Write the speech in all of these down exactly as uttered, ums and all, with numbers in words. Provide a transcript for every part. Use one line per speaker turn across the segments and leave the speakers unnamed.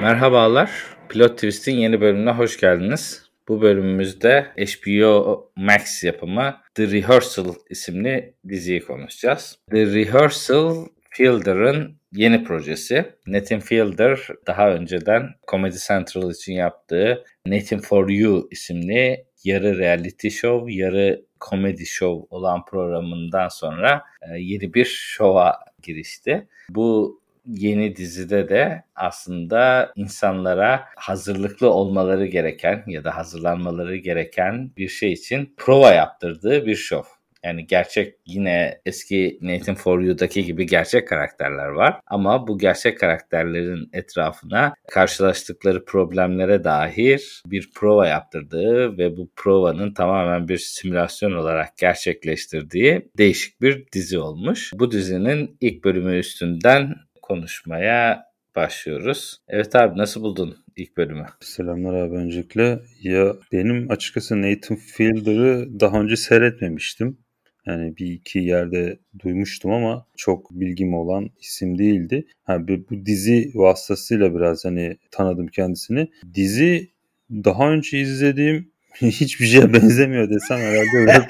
Merhabalar, Plot Twist'in yeni bölümüne hoş geldiniz. Bu bölümümüzde H B O Max yapımı The Rehearsal isimli diziyi konuşacağız. The Rehearsal, Fielder'ın yeni projesi. Nathan Fielder daha önceden Comedy Central için yaptığı Nathan For You isimli yarı reality show, yarı comedy show olan programından sonra yeni bir şova girişti. Bu yeni dizide de aslında insanlara hazırlıklı olmaları gereken ya da hazırlanmaları gereken bir şey için prova yaptırdığı bir şov. Yani gerçek, yine eski Nathan For You'daki gibi gerçek karakterler var. Ama bu gerçek karakterlerin etrafına karşılaştıkları problemlere dair bir prova yaptırdığı ve bu provanın tamamen bir simülasyon olarak gerçekleştirdiği değişik bir dizi olmuş. Bu dizinin ilk bölümü üstünden konuşmaya başlıyoruz. Evet abi, nasıl buldun ilk bölümü?
Selamlar abi öncelikle. Ya benim açıkçası Nathan Fielder'ı daha önce seyretmemiştim. Yani bir iki yerde duymuştum ama çok bilgim olan isim değildi. Ha, bu dizi vasıtasıyla biraz hani tanıdım kendisini. Dizi daha önce izlediğim hiçbir şeye benzemiyor desem herhalde biraz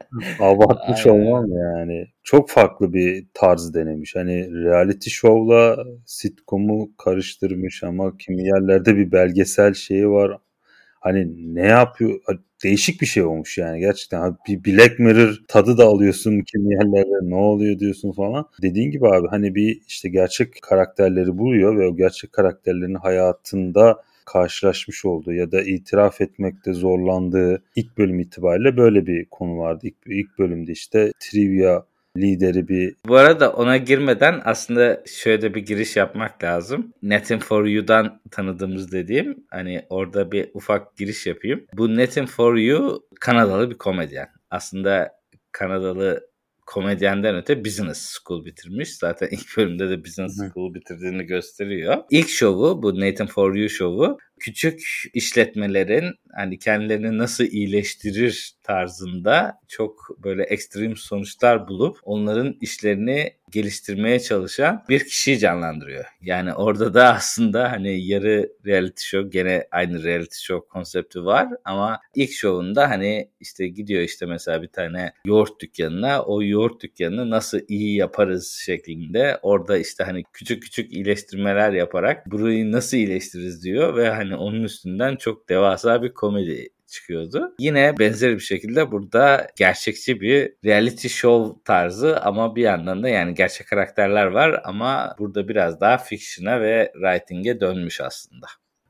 abartmış olmam yani. Çok farklı bir tarz denemiş. Hani reality show'la sitcom'u karıştırmış ama kimi yerlerde bir belgesel şeyi var. Hani ne yapıyor? Değişik bir şey olmuş yani gerçekten. Bir Black Mirror tadı da alıyorsun kimi yerlerde, ne oluyor diyorsun falan. Dediğin gibi abi, hani bir işte gerçek karakterleri buluyor ve o gerçek karakterlerin hayatında karşılaşmış olduğu ya da itiraf etmekte zorlandığı ilk bölüm itibariyle böyle bir konu vardı. İlk, ilk bölümde işte trivia lideri bir...
Bu arada ona girmeden aslında şöyle bir giriş yapmak lazım. Nathan For You'dan tanıdığımız dediğim, hani orada bir ufak giriş yapayım. Bu Nathan For You Kanadalı bir komedyen. Aslında Kanadalı komedyenden öte business school bitirmiş. Zaten ilk bölümde de business school bitirdiğini gösteriyor. İlk şovu, bu Nathan For You şovu, küçük işletmelerin hani kendilerini nasıl iyileştirir tarzında çok böyle ekstrem sonuçlar bulup onların işlerini geliştirmeye çalışan bir kişiyi canlandırıyor. Yani orada da aslında hani yarı reality show, gene aynı reality show konsepti var ama ilk şovunda hani işte gidiyor işte mesela bir tane yoğurt dükkanına, o yoğurt dükkanını nasıl iyi yaparız şeklinde orada işte hani küçük küçük iyileştirmeler yaparak burayı nasıl iyileştiririz diyor ve hani onun üstünden çok devasa bir komedi çıkıyordu. Yine benzer bir şekilde burada gerçekçi bir reality show tarzı ama bir yandan da yani gerçek karakterler var ama burada biraz daha fiction'a ve writing'e dönmüş aslında.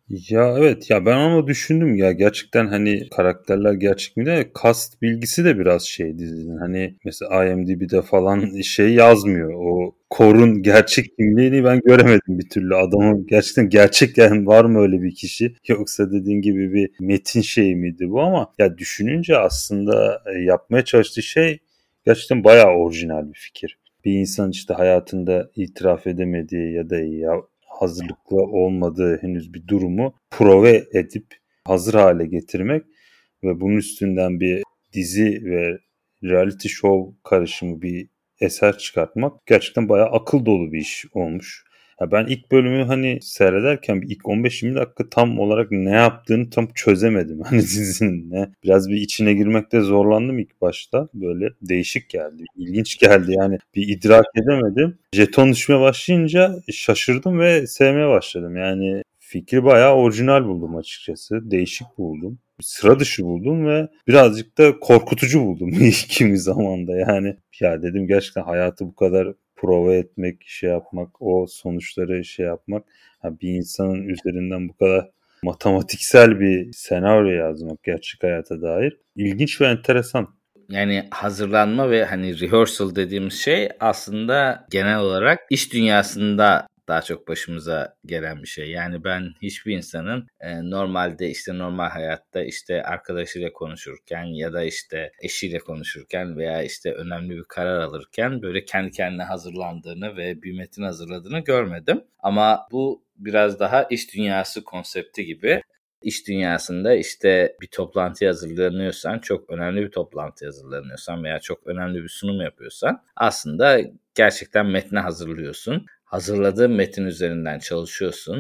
Ya evet, ya ben onu düşündüm ya, gerçekten hani karakterler gerçek mi de cast bilgisi de biraz şey dizinin, hani mesela I M D B'de falan şey yazmıyor, o Kor'un gerçek kimliğini ben göremedim bir türlü. Adamın gerçekten gerçek, yani var mı öyle bir kişi, yoksa dediğin gibi bir metin şey miydi bu? Ama ya düşününce aslında yapmaya çalıştığı şey gerçekten bayağı orijinal bir fikir. Bir insan işte hayatında itiraf edemediği ya da ya hazırlıklı olmadığı henüz bir durumu prove edip hazır hale getirmek ve bunun üstünden bir dizi ve reality show karışımı bir eser çıkartmak gerçekten bayağı akıl dolu bir iş olmuş. Ya ben ilk bölümü hani seyrederken ilk on beş yirmi dakika tam olarak ne yaptığını tam çözemedim. Hani dizinin ne. Biraz bir içine girmekte zorlandım ilk başta. Böyle değişik geldi. İlginç geldi yani. Bir idrak edemedim. Jeton düşmeye başlayınca şaşırdım ve sevmeye başladım. Yani fikri bayağı orijinal buldum açıkçası. Değişik buldum. Sıra dışı buldum ve birazcık da korkutucu buldum kimi zamanda. Yani ya dedim, gerçekten hayatı bu kadar prova etmek, şey yapmak, o sonuçları şey yapmak, ha, bir insanın üzerinden bu kadar matematiksel bir senaryo yazmak gerçek hayata dair ilginç ve enteresan.
Yani hazırlanma ve hani rehearsal dediğimiz şey aslında genel olarak iş dünyasında daha çok başımıza gelen bir şey. Yani ben hiçbir insanın e, normalde işte normal hayatta işte arkadaşıyla konuşurken ya da işte eşiyle konuşurken veya işte önemli bir karar alırken böyle kendi kendine hazırlandığını ve bir metin hazırladığını görmedim. Ama bu biraz daha iş dünyası konsepti gibi. İş dünyasında işte bir toplantıya hazırlanıyorsan, çok önemli bir toplantıya hazırlanıyorsan veya çok önemli bir sunum yapıyorsan aslında gerçekten metni hazırlıyorsun. Hazırladığın metin üzerinden çalışıyorsun.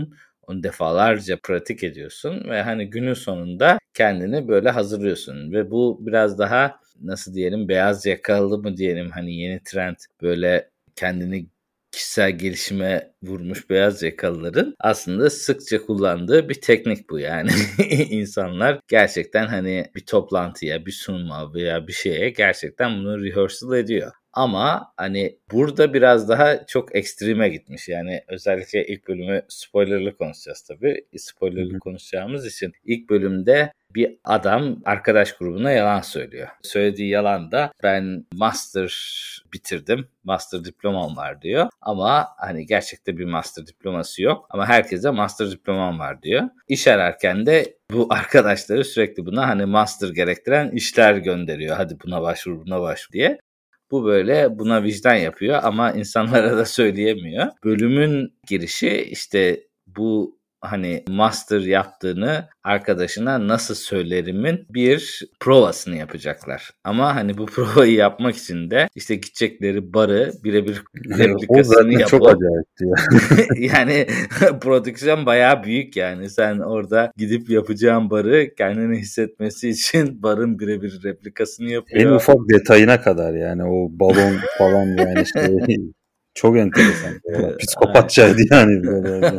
Onu defalarca pratik ediyorsun ve hani günün sonunda kendini böyle hazırlıyorsun ve bu biraz daha nasıl diyelim beyaz yakalı mı diyelim hani yeni trend böyle kendini kişisel gelişime vurmuş beyaz yakalıların aslında sıkça kullandığı bir teknik bu yani. İnsanlar gerçekten hani bir toplantıya, bir sunuma veya bir şeye gerçekten bunu rehearsal ediyor. Ama hani burada biraz daha çok ekstreme gitmiş. Yani özellikle ilk bölümü spoilerlı konuşacağız tabii. Spoilerlı
Hı hı.
konuşacağımız için ilk bölümde bir adam arkadaş grubuna yalan söylüyor. Söylediği yalan da ben master bitirdim, master diplomam var diyor. Ama hani gerçekte bir master diploması yok. Ama herkese master diplomam var diyor. İş ararken de bu arkadaşları sürekli buna hani master gerektiren işler gönderiyor. Hadi buna başvur, buna başvur diye. Bu böyle buna vicdan yapıyor ama insanlara da söyleyemiyor. Bölümün girişi işte bu hani master yaptığını arkadaşına nasıl söylerimin bir provasını yapacaklar. Ama hani bu provayı yapmak için de işte gidecekleri barı birebir replikasını
O zaten
yapıp
çok acayipti ya.
yani prodüksiyon bayağı büyük yani. Sen orada gidip yapacağın barı kendini hissetmesi için barın birebir replikasını
En
yapıyor.
ufak detayına kadar yani o balon falan yani şey çok enteresan. Psikopatçaydı yani böyle.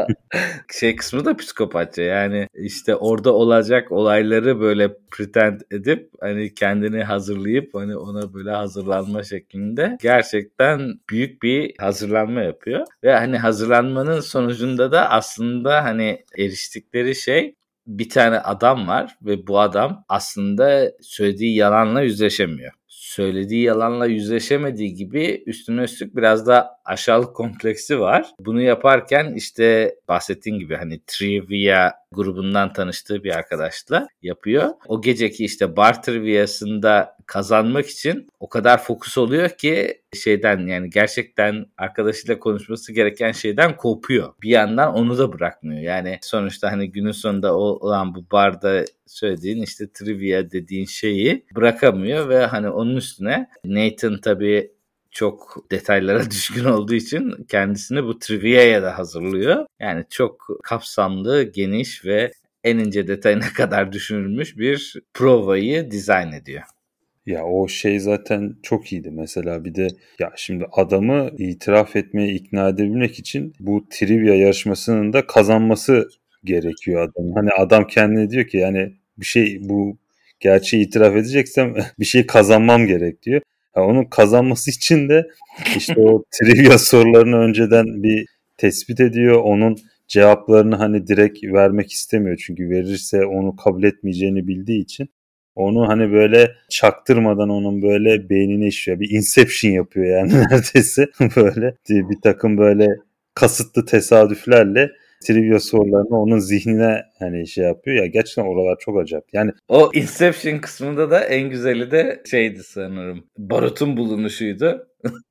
Şey kısmı da psikopatça yani işte orada olacak olayları böyle pretend edip hani kendini hazırlayıp hani ona böyle hazırlanma şeklinde gerçekten büyük bir hazırlanma yapıyor ve hani hazırlanmanın sonucunda da aslında hani eriştikleri şey bir tane adam var ve bu adam aslında söylediği yalanla yüzleşemiyor. Söylediği yalanla yüzleşemediği gibi üstüne üstlük biraz da aşağılık kompleksi var. Bunu yaparken işte bahsettiğim gibi hani trivia grubundan tanıştığı bir arkadaşla yapıyor. O geceki işte bar trivia'sında kazanmak için o kadar fokus oluyor ki şeyden yani gerçekten arkadaşıyla konuşması gereken şeyden kopuyor. Bir yandan onu da bırakmıyor. Yani sonuçta hani günün sonunda o olan bu barda söylediğin işte trivia dediğin şeyi bırakamıyor ve hani onun üstüne Nathan tabii çok detaylara düşkün olduğu için kendisini bu trivia'ya da hazırlıyor. Yani çok kapsamlı, geniş ve en ince detayına kadar düşünülmüş bir provayı dizayn ediyor.
Ya o şey zaten çok iyiydi. Mesela bir de ya şimdi adamı itiraf etmeye ikna edebilmek için bu trivia yarışmasının da kazanması gerekiyor adamın. Hani adam kendine diyor ki yani bir şey bu gerçeği itiraf edeceksem bir şey kazanmam gerek diyor. Ya onun kazanması için de işte o trivia sorularını önceden bir tespit ediyor. Onun cevaplarını hani direkt vermek istemiyor. Çünkü verirse onu kabul etmeyeceğini bildiği için. Onu hani böyle çaktırmadan onun böyle beynine işliyor. Bir inception yapıyor yani neredeyse. Böyle bir takım böyle kasıtlı tesadüflerle trivia sorularını onun zihnine hani şey yapıyor. Ya gerçekten oralar çok acayip. Yani
o Inception kısmında da en güzeli de şeydi sanırım. Barut'un bulunuşuydu.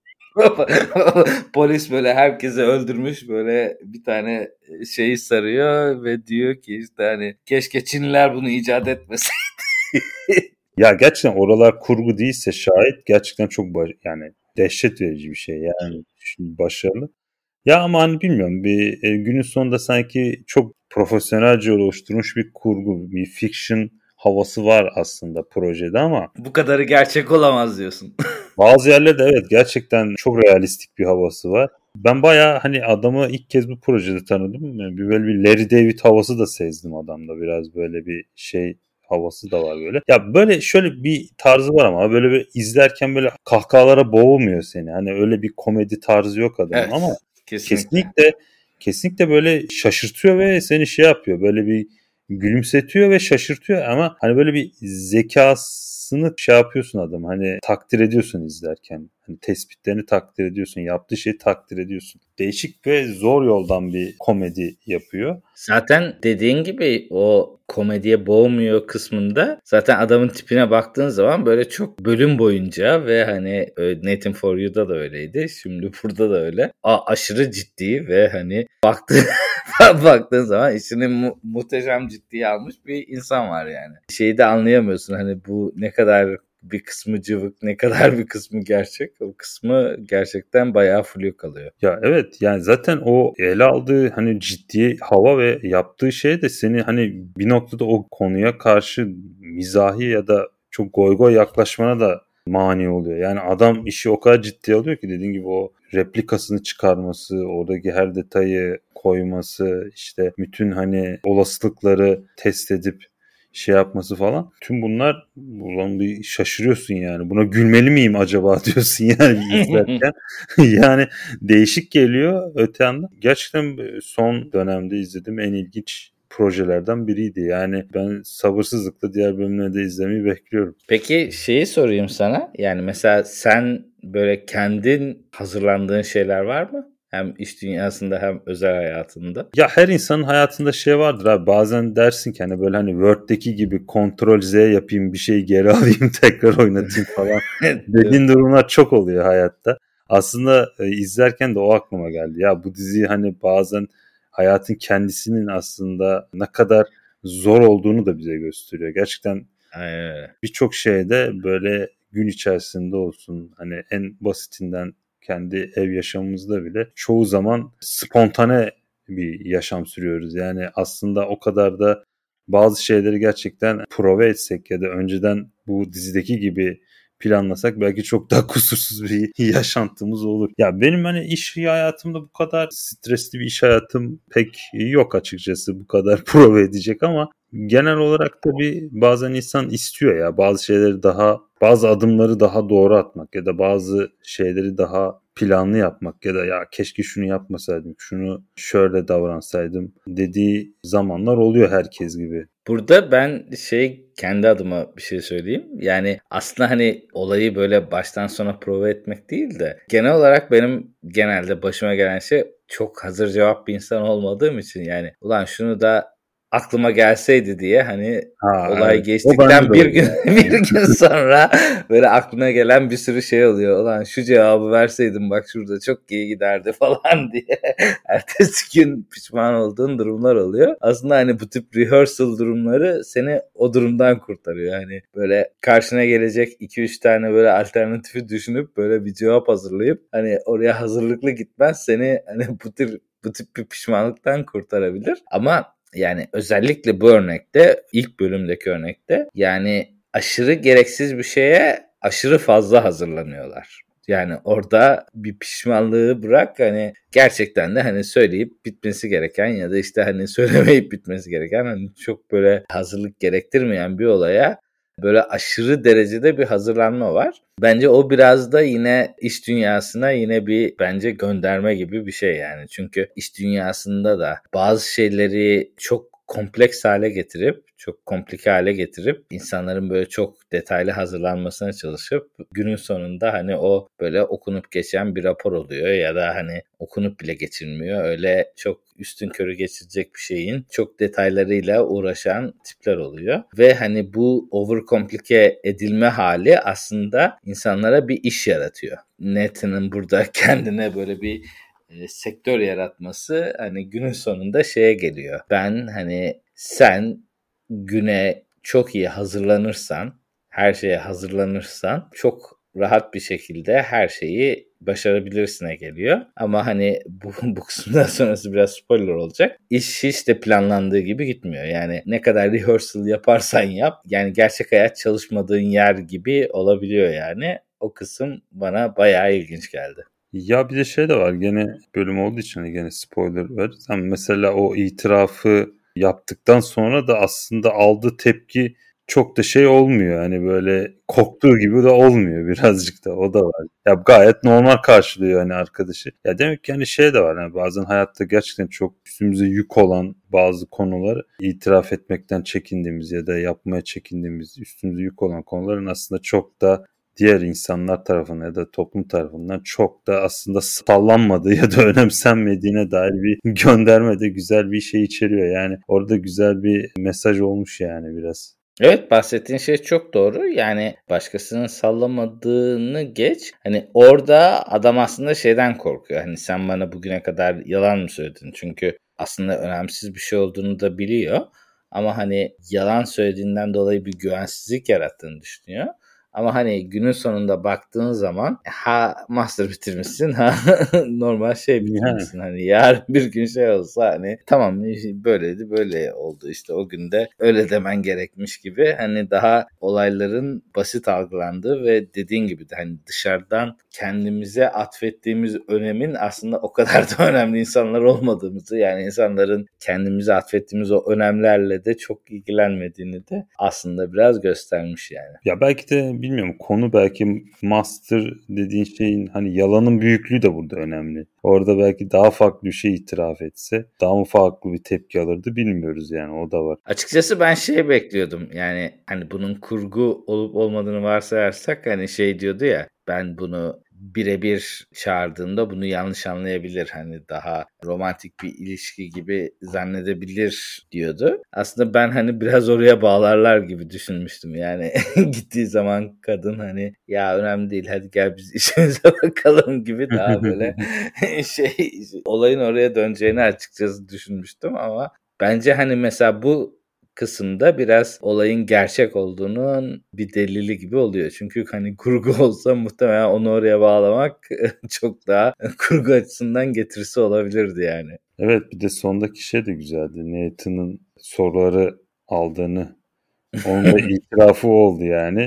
Polis böyle herkesi öldürmüş böyle bir tane şeyi sarıyor ve diyor ki işte hani keşke Çinliler bunu icat etmeseydi.
ya gerçekten oralar kurgu değilse şayet gerçekten çok baş- yani dehşet verici bir şey yani başarılı. Ya ama hani bilmiyorum bir e, günün sonunda sanki çok profesyonelce oluşturmuş bir kurgu, bir fiction havası var aslında projede ama
Bu kadarı gerçek olamaz diyorsun.
bazı yerlerde evet gerçekten çok realistik bir havası var. Ben bayağı hani adamı ilk kez bu projede tanıdım. Bir böyle bir Larry David havası da sezdim adamda. Biraz böyle bir şey havası da var böyle. Ya böyle şöyle bir tarzı var ama böyle bir izlerken böyle kahkahalara boğulmuyor seni. Hani öyle bir komedi tarzı yok adamın
Evet,
ama
kesinlikle.
kesinlikle kesinlikle böyle şaşırtıyor ve seni şey yapıyor. Böyle bir gülümsetiyor ve şaşırtıyor ama hani böyle bir zekasını şey yapıyorsun adam. Hani takdir ediyorsun izlerken. Hani tespitlerini takdir ediyorsun. Yaptığı şeyi takdir ediyorsun. Değişik ve zor yoldan bir komedi yapıyor.
Zaten dediğin gibi o komediye boğmuyor kısmında zaten adamın tipine baktığın zaman böyle çok bölüm boyunca ve hani Nathan For You'da da öyleydi. Şimdi burada da öyle. A, aşırı ciddi ve hani baktığın, baktığın zaman işini mu- muhteşem ciddiye almış bir insan var yani. Şeyi de anlayamıyorsun hani bu ne kadar bir kısmı cıvık, ne kadar bir kısmı gerçek. O kısmı gerçekten bayağı flu kalıyor.
Ya evet, yani zaten o ele aldığı hani ciddi hava ve yaptığı şey de seni hani bir noktada o konuya karşı mizahi ya da çok goy goy yaklaşmana da mani oluyor. Yani adam işi o kadar ciddiye alıyor ki, dediğin gibi o replikasını çıkarması, oradaki her detayı koyması, işte bütün hani olasılıkları test edip şey yapması falan. Tüm bunlar, ulan bir şaşırıyorsun yani. Buna gülmeli miyim acaba diyorsun yani izlerken. Yani değişik geliyor. Öte yandan gerçekten son dönemde izlediğim en ilginç projelerden biriydi. Yani ben sabırsızlıkla diğer bölümleri de izlemeyi bekliyorum.
Peki şeyi sorayım sana. Yani mesela sen böyle kendin hazırlandığın şeyler var mı? Hem iş dünyasında hem özel hayatında.
Ya her insanın hayatında şey vardır abi. Bazen dersin ki hani böyle hani Word'deki gibi Ctrl Z yapayım, bir şeyi geri alayım, tekrar oynatayım falan dediğin durumlar çok oluyor hayatta. Aslında e, izlerken de o aklıma geldi. Ya bu diziyi hani bazen hayatın kendisinin aslında ne kadar zor olduğunu da bize gösteriyor. Gerçekten birçok şeyde böyle gün içerisinde olsun, hani en basitinden kendi ev yaşamımızda bile çoğu zaman spontane bir yaşam sürüyoruz. Yani aslında o kadar da bazı şeyleri gerçekten prove etsek ya da önceden bu dizideki gibi planlasak belki çok daha kusursuz bir yaşantımız olur. Ya benim hani iş hayatımda bu kadar stresli bir iş hayatım pek yok açıkçası, bu kadar prove edecek, ama genel olarak tabii bazen insan istiyor ya bazı şeyleri daha, bazı adımları daha doğru atmak ya da bazı şeyleri daha planlı yapmak ya da ya keşke şunu yapmasaydım, şunu şöyle davransaydım dediği zamanlar oluyor herkes gibi.
Burada ben şey kendi adıma bir şey söyleyeyim. Yani aslında hani olayı böyle baştan sona prova etmek değil de genel olarak benim genelde başıma gelen şey, çok hazır cevap bir insan olmadığım için, yani ulan şunu da aklıma gelseydi diye hani
Ha,
olay
evet. O bende
geçtikten
de
bir
oluyor
gün bir gün sonra böyle aklına gelen bir sürü şey oluyor. Ulan şu cevabı verseydim bak şurada çok iyi giderdi falan diye. Ertesi gün pişman olduğun durumlar oluyor. Aslında hani bu tip rehearsal durumları seni o durumdan kurtarıyor. Yani böyle karşına gelecek iki üç tane böyle alternatifi düşünüp böyle bir cevap hazırlayıp hani oraya hazırlıklı gitmen seni hani bu tür bu tip bir pişmanlıktan kurtarabilir. Ama yani özellikle bu örnekte, ilk bölümdeki örnekte, yani aşırı gereksiz bir şeye aşırı fazla hazırlanıyorlar. Yani orada bir pişmanlığı bırak, hani gerçekten de hani söyleyip bitmesi gereken ya da işte hani söylemeyip bitmesi gereken, hani çok böyle hazırlık gerektirmeyen bir olaya böyle aşırı derecede bir hazırlanma var. Bence o biraz da yine iş dünyasına yine bir bence gönderme gibi bir şey yani. Çünkü iş dünyasında da bazı şeyleri çok kompleks hale getirip, çok komplike hale getirip insanların böyle çok detaylı hazırlanmasına çalışıp günün sonunda hani o böyle okunup geçen bir rapor oluyor ya da hani okunup bile geçilmiyor. Öyle çok üstün körü geçirecek bir şeyin çok detaylarıyla uğraşan tipler oluyor. Ve hani bu overkomplike edilme hali aslında insanlara bir iş yaratıyor. Nathan'ın burada kendine böyle bir e, sektör yaratması hani günün sonunda şeye geliyor. Ben hani sen güne çok iyi hazırlanırsan, her şeye hazırlanırsan çok rahat bir şekilde her şeyi başarabilirsine geliyor. Ama hani bu, bu kısımdan sonrası biraz spoiler olacak. İş hiç de planlandığı gibi gitmiyor. Yani ne kadar rehearsal yaparsan yap, yani gerçek hayat çalışmadığın yer gibi olabiliyor yani. O kısım bana bayağı ilginç geldi.
Ya bir de şey de var, gene bölüm olduğu için hani gene spoiler ver. Sen mesela o itirafı yaptıktan sonra da aslında aldığı tepki çok da şey olmuyor. Hani böyle korktuğu gibi de olmuyor, birazcık da o da var. Ya gayet normal karşılıyor hani arkadaşı. Ya demek ki hani şey de var. Yani bazen hayatta gerçekten çok üstümüze yük olan bazı konular, itiraf etmekten çekindiğimiz ya da yapmaya çekindiğimiz üstümüze yük olan konuların aslında çok da diğer insanlar tarafından ya da toplum tarafından çok da aslında sallanmadığı ya da önemsenmediğine dair bir gönderme de güzel bir şey içeriyor. Yani orada güzel bir mesaj olmuş yani biraz.
Evet, bahsettiğin şey çok doğru. Yani başkasının sallamadığını geç. Hani orada adam aslında şeyden korkuyor. Hani sen bana bugüne kadar yalan mı söyledin? Çünkü aslında önemsiz bir şey olduğunu da biliyor. Ama hani yalan söylediğinden dolayı bir güvensizlik yarattığını düşünüyor. Ama hani günün sonunda baktığın zaman ha master bitirmişsin ha normal şey bitirmişsin. Hani yarın bir gün şey olsa hani tamam böyleydi böyle oldu işte o günde öyle demen gerekmiş gibi hani daha olayların basit algılandığı ve dediğin gibi de hani dışarıdan kendimize atfettiğimiz önemin aslında o kadar da önemli insanlar olmadığımızı, yani insanların kendimize atfettiğimiz o önemlerle de çok ilgilenmediğini de aslında biraz göstermiş yani.
Ya belki de bilmiyorum, konu belki master dediğin şeyin hani yalanın büyüklüğü de burada önemli. Orada belki daha farklı bir şey itiraf etse daha mı farklı bir tepki alırdı bilmiyoruz, yani o da var.
Açıkçası ben şey bekliyordum, yani hani bunun kurgu olup olmadığını varsayarsak hani şey diyordu ya, ben bunu birebir çağırdığında bunu yanlış anlayabilir, hani daha romantik bir ilişki gibi zannedebilir diyordu. Aslında ben hani biraz oraya bağlarlar gibi düşünmüştüm yani gittiği zaman kadın hani ya önemli değil hadi gel biz işimize bakalım gibi daha böyle şey olayın oraya döneceğini açıkçası düşünmüştüm ama bence hani mesela bu kısımda biraz olayın gerçek olduğunun bir delili gibi oluyor. Çünkü hani kurgu olsa muhtemelen onu oraya bağlamak çok daha kurgu açısından getirisi olabilirdi yani.
Evet, bir de sondaki şey de güzeldi. Nathan'ın soruları aldığını, onun da itirafı oldu yani.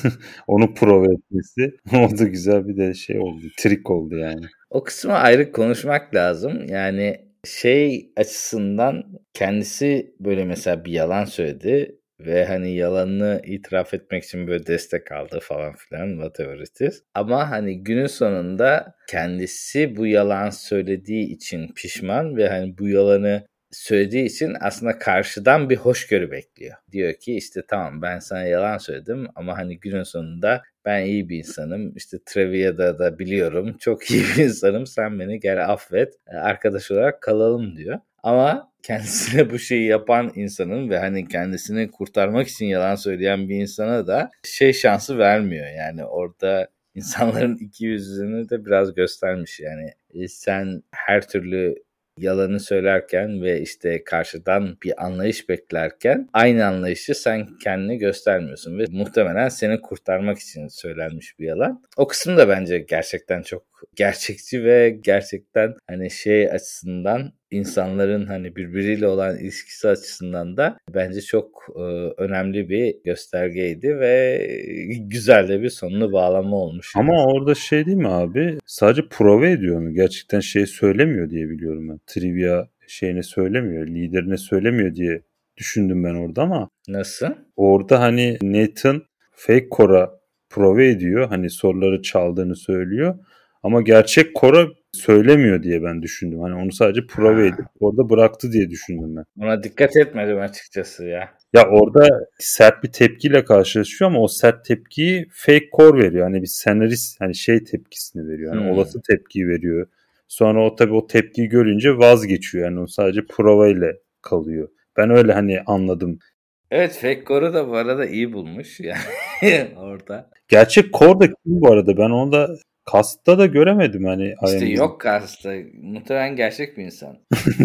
Onu prova etmesi. O da güzel bir de şey oldu. Trik oldu yani.
O kısmı ayrı konuşmak lazım. Yani şey açısından kendisi böyle mesela bir yalan söyledi ve hani yalanını itiraf etmek için böyle destek aldı falan filan, whatever it is. Ama hani günün sonunda kendisi bu yalan söylediği için pişman ve hani bu yalanı söylediği için aslında karşıdan bir hoşgörü bekliyor. Diyor ki işte tamam ben sana yalan söyledim ama hani günün sonunda ben iyi bir insanım. İşte Trivia'da da biliyorum. Çok iyi bir insanım. Sen beni gel affet. Arkadaş olarak kalalım diyor. Ama kendisine bu şeyi yapan insanın ve hani kendisini kurtarmak için yalan söyleyen bir insana da şey şansı vermiyor. Yani orada insanların iki yüzünü de biraz göstermiş yani. E, sen her türlü yalanı söylerken ve işte karşıdan bir anlayış beklerken aynı anlayışı sen kendine göstermiyorsun ve muhtemelen seni kurtarmak için söylenmiş bir yalan. O kısım da bence gerçekten çok gerçekçi ve gerçekten hani şey açısından insanların hani birbiriyle olan ilişkisi açısından da bence çok e, önemli bir göstergeydi ve güzel de bir sonunu bağlama olmuş.
Ama orada şey değil mi abi? Sadece prova ediyor onu. Gerçekten şey söylemiyor diye biliyorum ben. Trivia şeyine söylemiyor, liderine söylemiyor diye düşündüm ben orada ama.
Nasıl?
Orada hani Nathan fake Cora prova ediyor. Hani soruları çaldığını söylüyor. Ama gerçek Cora söylemiyor diye ben düşündüm. Hani onu sadece prova edip orada bıraktı diye düşündüm ben.
Ona dikkat etmedim açıkçası ya.
Ya orada sert bir tepkiyle karşılaşıyor ama o sert tepkiyi fake core veriyor. Hani bir senarist hani şey tepkisini veriyor. Hani hmm. olası tepkiyi veriyor. Sonra o tabii o tepkiyi görünce vazgeçiyor. Yani o sadece prova ile kalıyor. Ben öyle hani anladım.
Evet, fake core'u da bu arada iyi bulmuş yani orada.
Gerçek core da kim bu arada? Ben onu da Cast'ta da göremedim hani.
İşte yok Cast'ta. Muhtemelen gerçek bir insan.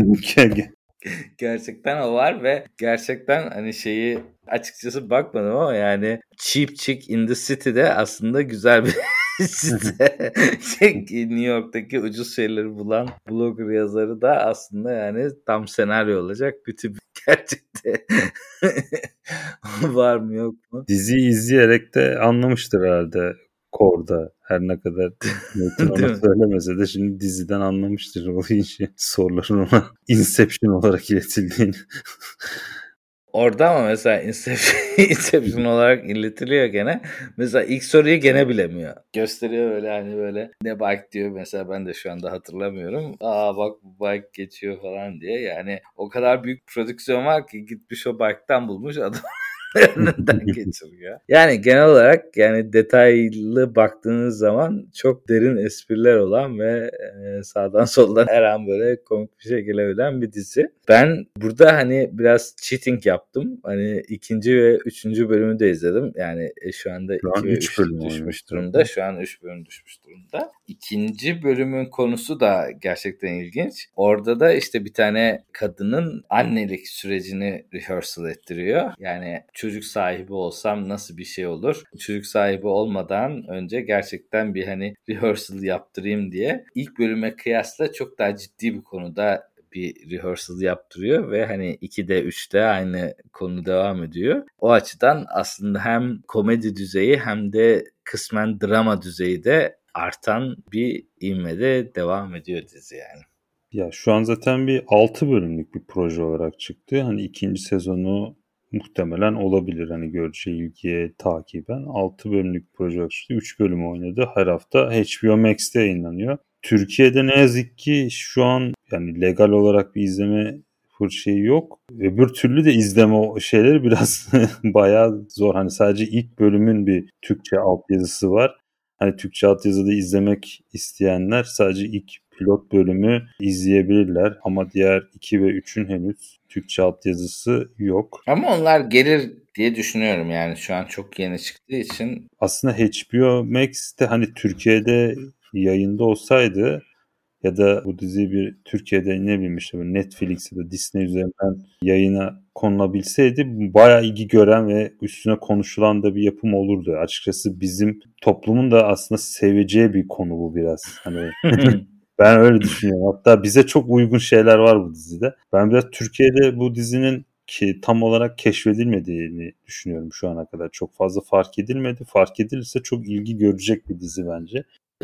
Gerçekten o var ve gerçekten hani şeyi açıkçası bakmadım ama yani Cheap Chick in the City'de aslında güzel bir site. New York'taki ucuz şeyleri bulan blogger yazarı da aslında yani tam senaryo olacak bir tip gerçekte. Var mı yok mu?
Diziyi izleyerek de anlamıştır herhalde Core'da. Her ne kadar Nathan ona söylemese de şimdi diziden anlamıştır o işi. Soruların ona Inception olarak iletildiğini.
Orada ama mesela Inception, Inception olarak iletiliyor gene. Mesela ilk soruyu gene bilemiyor. Gösteriyor böyle hani böyle ne bike diyor mesela, ben de şu anda hatırlamıyorum. Aa bak bu bike geçiyor falan diye. Yani o kadar büyük prodüksiyon var ki gitmiş o bike'tan bulmuş adam. Önünden geçiriyor. Yani genel olarak yani detaylı baktığınız zaman çok derin espriler olan ve e, sağdan soldan her an böyle komik bir şey gelebilen bir dizi. Ben burada hani biraz cheating yaptım. Hani ikinci ve üçüncü bölümü de izledim. Yani e, şu anda
şu
iki ve üç düşmüş durumda. Şu an üç bölüm düşmüş durumda. İkinci bölümün konusu da gerçekten ilginç. Orada da işte bir tane kadının annelik sürecini rehearsal ettiriyor. Yani çocuk sahibi olsam nasıl bir şey olur? Çocuk sahibi olmadan önce gerçekten bir hani rehearsal yaptırayım diye ilk bölüme kıyasla çok daha ciddi bir konuda bir rehearsal yaptırıyor ve hani ikide üçte aynı konu devam ediyor. O açıdan aslında hem komedi düzeyi hem de kısmen drama düzeyi de artan bir ivmede devam ediyor dizi yani.
Ya şu an zaten bir altı bölümlük bir proje olarak çıktı. Hani ikinci sezonu muhtemelen olabilir. Hani göreceği ilgiye takiben altı bölümlük proje olarak çıktı. üç bölüm oynadı. Her hafta H B O Max'te yayınlanıyor. Türkiye'de ne yazık ki şu an yani legal olarak bir izleme şeyi yok. Öbür türlü de izleme o şeyleri biraz bayağı zor. Hani sadece ilk bölümün bir Türkçe altyazısı var. Hani Türkçe altyazıda izlemek isteyenler sadece ilk pilot bölümü izleyebilirler. Ama diğer iki ve üçün henüz Türkçe altyazısı yok.
Ama onlar gelir diye düşünüyorum yani şu an çok yeni çıktığı için.
Aslında H B O Max'te hani Türkiye'de yayında olsaydı ya da bu dizi bir Türkiye'de ne bileyim işte Netflix ya da Disney üzerinden yayına konulabilseydi bayağı ilgi gören ve üstüne konuşulan da bir yapım olurdu. Açıkçası bizim toplumun da aslında seveceği bir konu bu biraz. Hani ben öyle düşünüyorum. Hatta bize çok uygun şeyler var bu dizide. Ben biraz Türkiye'de bu dizinin ki tam olarak keşfedilmediğini düşünüyorum şu ana kadar. Çok fazla fark edilmedi. Fark edilirse çok ilgi görecek bir dizi bence.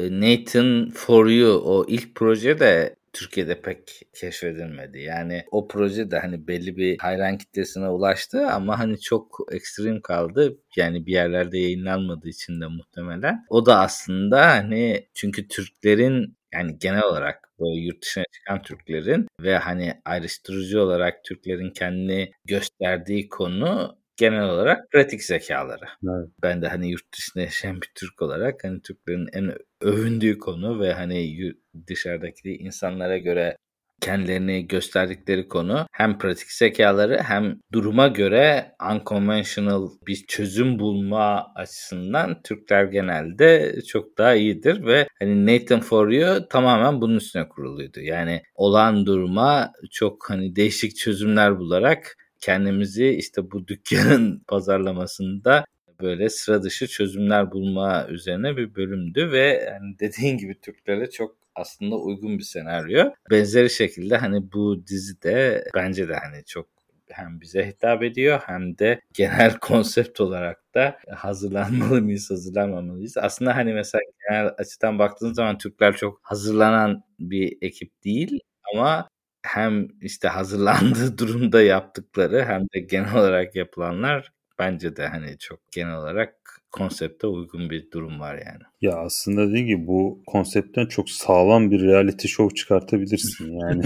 Nathan For You o ilk proje de Türkiye'de pek keşfedilmedi. Yani o proje de hani belli bir hayran kitlesine ulaştı ama hani çok ekstrem kaldı. Yani bir yerlerde yayınlanmadığı için de muhtemelen. O da aslında hani çünkü Türklerin yani genel olarak böyle yurt dışına çıkan Türklerin ve hani ayrıştırıcı olarak Türklerin kendini gösterdiği konu genel olarak pratik zekaları.
Evet.
Ben de hani yurt dışında yaşayan bir Türk olarak hani Türklerin en övündüğü konu ve hani dışarıdaki insanlara göre kendilerini gösterdikleri konu hem pratik zekaları hem duruma göre unconventional bir çözüm bulma açısından Türkler genelde çok daha iyidir ve hani Nathan For You tamamen bunun üstüne kuruluydu. Yani olağan duruma çok hani değişik çözümler bularak kendimizi işte bu dükkanın pazarlamasında böyle sıra dışı çözümler bulma üzerine bir bölümdü ve yani dediğin gibi Türklere çok aslında uygun bir senaryo. Benzeri şekilde hani bu dizi de bence de hani çok hem bize hitap ediyor hem de genel konsept olarak da hazırlanmalı mıyız, hazırlanmamalıyız. Aslında hani mesela genel açıdan baktığın zaman Türkler çok hazırlanan bir ekip değil ama hem işte hazırlandığı durumda yaptıkları hem de genel olarak yapılanlar bence de hani çok genel olarak konsepte uygun bir durum var yani.
Ya aslında dediğim gibi bu konseptten çok sağlam bir reality show çıkartabilirsin yani.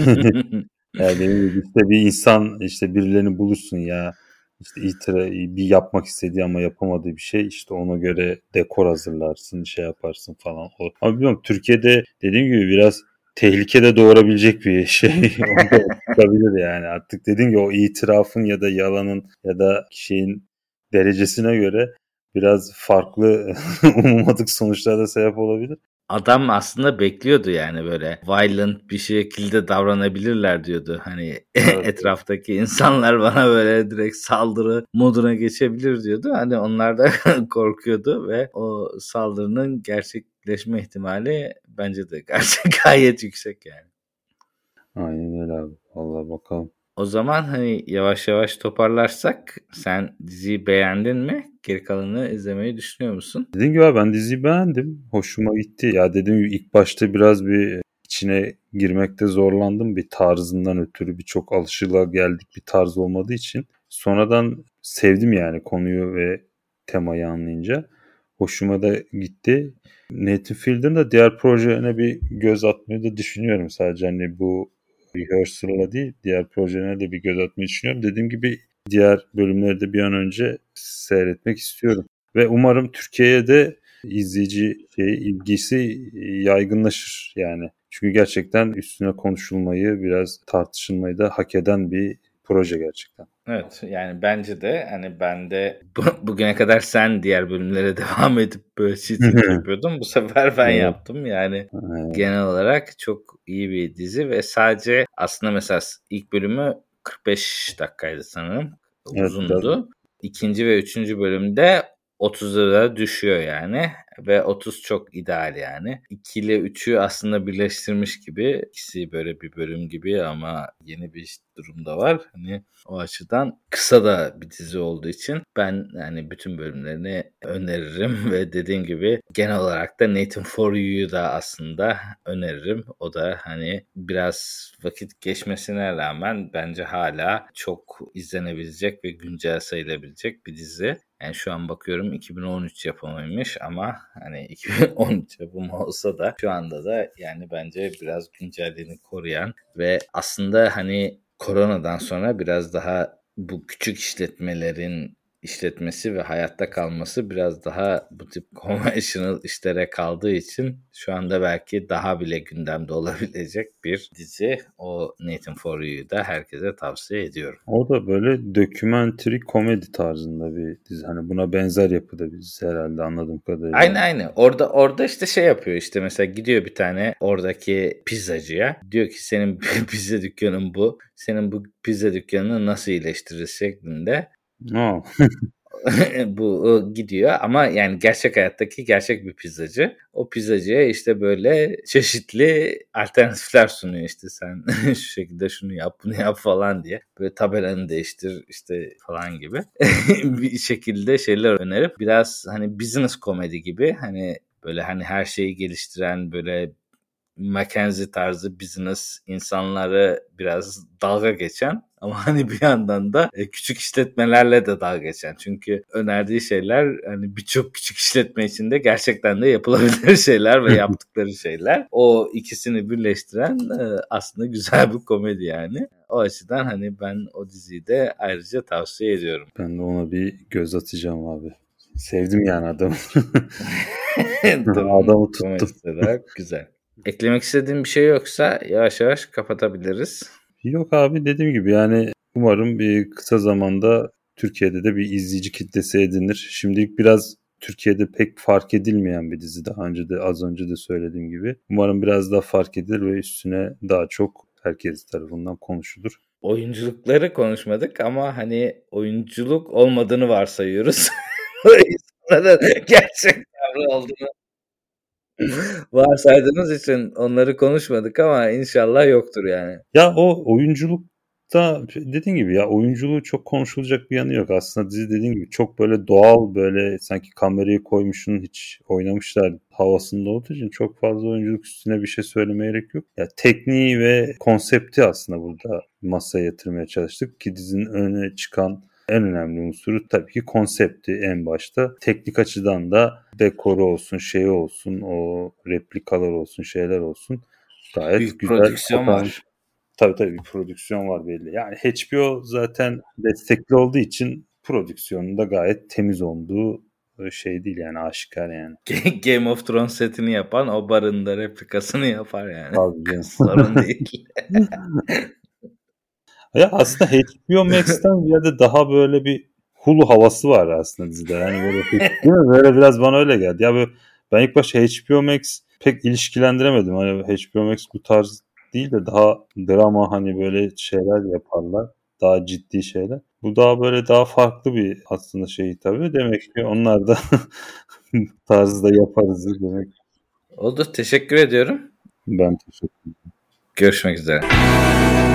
Yani işte bir insan işte birilerini bulursun ya işte itira, bir yapmak istediği ama yapamadığı bir şey işte ona göre dekor hazırlarsın şey yaparsın falan. O, ama bilmiyorum Türkiye'de dediğim gibi biraz tehlikede doğurabilecek bir şey olabilir yani artık dediğim gibi o itirafın ya da yalanın ya da şeyin derecesine göre biraz farklı ummadık sonuçlara da sebep olabilir.
Adam aslında bekliyordu yani böyle violent bir şekilde davranabilirler diyordu. Hani
Evet.
etraftaki insanlar bana böyle direkt saldırı moduna geçebilir diyordu. Hani onlar da korkuyordu ve o saldırının gerçekleşme ihtimali bence de gerçek gayet yüksek yani.
Aynen öyle abi. Vallahi bakalım.
O zaman hani yavaş yavaş toparlarsak sen diziyi beğendin mi? Geri kalanını izlemeyi düşünüyor musun?
Dediğim gibi ben diziyi beğendim. Hoşuma gitti. Ya dediğim gibi ilk başta biraz bir içine girmekte zorlandım. Bir tarzından ötürü birçok alışılageldik bir tarz olmadığı için. Sonradan sevdim yani konuyu ve temayı anlayınca. Hoşuma da gitti. Nathan Field'in de diğer projelerine bir göz atmayı da düşünüyorum. Sadece hani bu rehearsal'la değil diğer projelerine de bir göz atmayı düşünüyorum. Dediğim gibi diğer bölümleri de bir an önce seyretmek istiyorum. Ve umarım Türkiye'ye de izleyici şey, ilgisi yaygınlaşır yani. Çünkü gerçekten üstüne konuşulmayı, biraz tartışılmayı da hak eden bir proje gerçekten.
Evet yani bence de hani ben de bu, bugüne kadar sen diğer bölümlere devam edip böyle cheating yapıyordun. Bu sefer ben
Evet.
yaptım. Yani
Evet.
genel olarak çok iyi bir dizi ve sadece aslında mesela ilk bölümü kırk beş dakikaydı sanırım.
Evet,
Uzundu. ikinci ve üçüncü bölümde otuza düşüyor yani ve otuz çok ideal yani. iki ile üçü aslında birleştirmiş gibi. İkisi böyle bir bölüm gibi ama yeni bir durumda var. Hani o açıdan kısa da bir dizi olduğu için ben yani bütün bölümlerini öneririm ve dediğim gibi genel olarak da Nathan For You'yu da aslında öneririm. O da hani biraz vakit geçmesine rağmen bence hala çok izlenebilecek ve güncel sayılabilecek bir dizi. Yani şu an bakıyorum iki bin on üç yapımıymış ama hani iki bin on üç yapımı olsa da şu anda da yani bence biraz güncelliğini koruyan ve aslında hani koronadan sonra biraz daha bu küçük işletmelerin işletmesi ve hayatta kalması biraz daha bu tip conventional işlere kaldığı için şu anda belki daha bile gündemde olabilecek bir dizi. O Nathan For You'yu da herkese tavsiye ediyorum.
O da böyle dokümentary komedi tarzında bir dizi. Hani buna benzer yapıda bir dizi herhalde anladığım kadarıyla.
Aynı aynı. Orada orada işte şey yapıyor işte mesela gidiyor bir tane oradaki pizzacıya. Diyor ki senin pizza dükkanın bu. Senin bu pizza dükkanını nasıl iyileştiririz şeklinde.
Oh.
Bu gidiyor ama yani gerçek hayattaki gerçek bir pizzacı. O pizzacıya işte böyle çeşitli alternatifler sunuyor işte sen şu şekilde şunu yap bunu yap falan diye. Böyle tabelanı değiştir işte falan gibi bir şekilde şeyler önerip biraz hani business komedi gibi hani böyle hani her şeyi geliştiren böyle McKinsey tarzı business insanları biraz dalga geçen ama hani bir yandan da küçük işletmelerle de dalga geçen. Çünkü önerdiği şeyler hani birçok küçük işletme içinde gerçekten de yapılabilir şeyler ve yaptıkları şeyler. O ikisini birleştiren aslında güzel bir komedi yani. O açıdan hani ben o diziyi de ayrıca tavsiye ediyorum.
Ben de ona bir göz atacağım abi. Sevdim yani adamı. Adamı tuttum.
Güzel. Eklemek istediğin bir şey yoksa yavaş yavaş kapatabiliriz.
Yok abi dediğim gibi yani umarım bir kısa zamanda Türkiye'de de bir izleyici kitlesi edinir. Şimdilik biraz Türkiye'de pek fark edilmeyen bir dizi daha önce de az önce de söylediğim gibi. Umarım biraz daha fark edilir ve üstüne daha çok herkes tarafından konuşulur.
Oyunculukları konuşmadık ama hani oyunculuk olmadığını varsayıyoruz. İnsanların gerçek tavrı olduğunu varsaydığımız için onları konuşmadık ama inşallah yoktur yani.
Ya o oyunculukta dediğin gibi ya oyunculuğu çok konuşulacak bir yanı yok. Aslında dizi dediğin gibi çok böyle doğal böyle sanki kamerayı koymuşsun hiç oynamışlar havasında olduğu için çok fazla oyunculuk üstüne bir şey söylemeye gerek yok. Ya tekniği ve konsepti aslında burada masaya yatırmaya çalıştık ki dizinin öne çıkan en önemli unsuru tabii ki konsepti en başta. Teknik açıdan da dekoru olsun, şey olsun, o replikalar olsun, şeyler olsun. Gayet
büyük
güzel.
Prodüksiyon
kopan...
var.
Tabii tabii bir prodüksiyon var belli. Yani H B O zaten destekli olduğu için prodüksiyonun da gayet temiz olduğu şey değil yani aşikar yani.
Game of Thrones setini yapan o barın da replikasını yapar yani.
Tabii.
Sorun değil.
Ya aslında H B O Max'ten ziyade daha böyle bir Hulu havası var aslında dizide. Yani böyle değil mi? Böyle biraz bana öyle geldi. Ya böyle ben ilk başta H B O Max pek ilişkilendiremedim. Hani H B O Max bu tarz değil de daha drama hani böyle şeyler yaparlar. Daha ciddi şeyler. Bu daha böyle daha farklı bir aslında şey tabii. Demek ki onlar da tarzı da yaparız demek.
Oldu. Teşekkür ediyorum.
Ben teşekkür ederim.
Görüşmek üzere.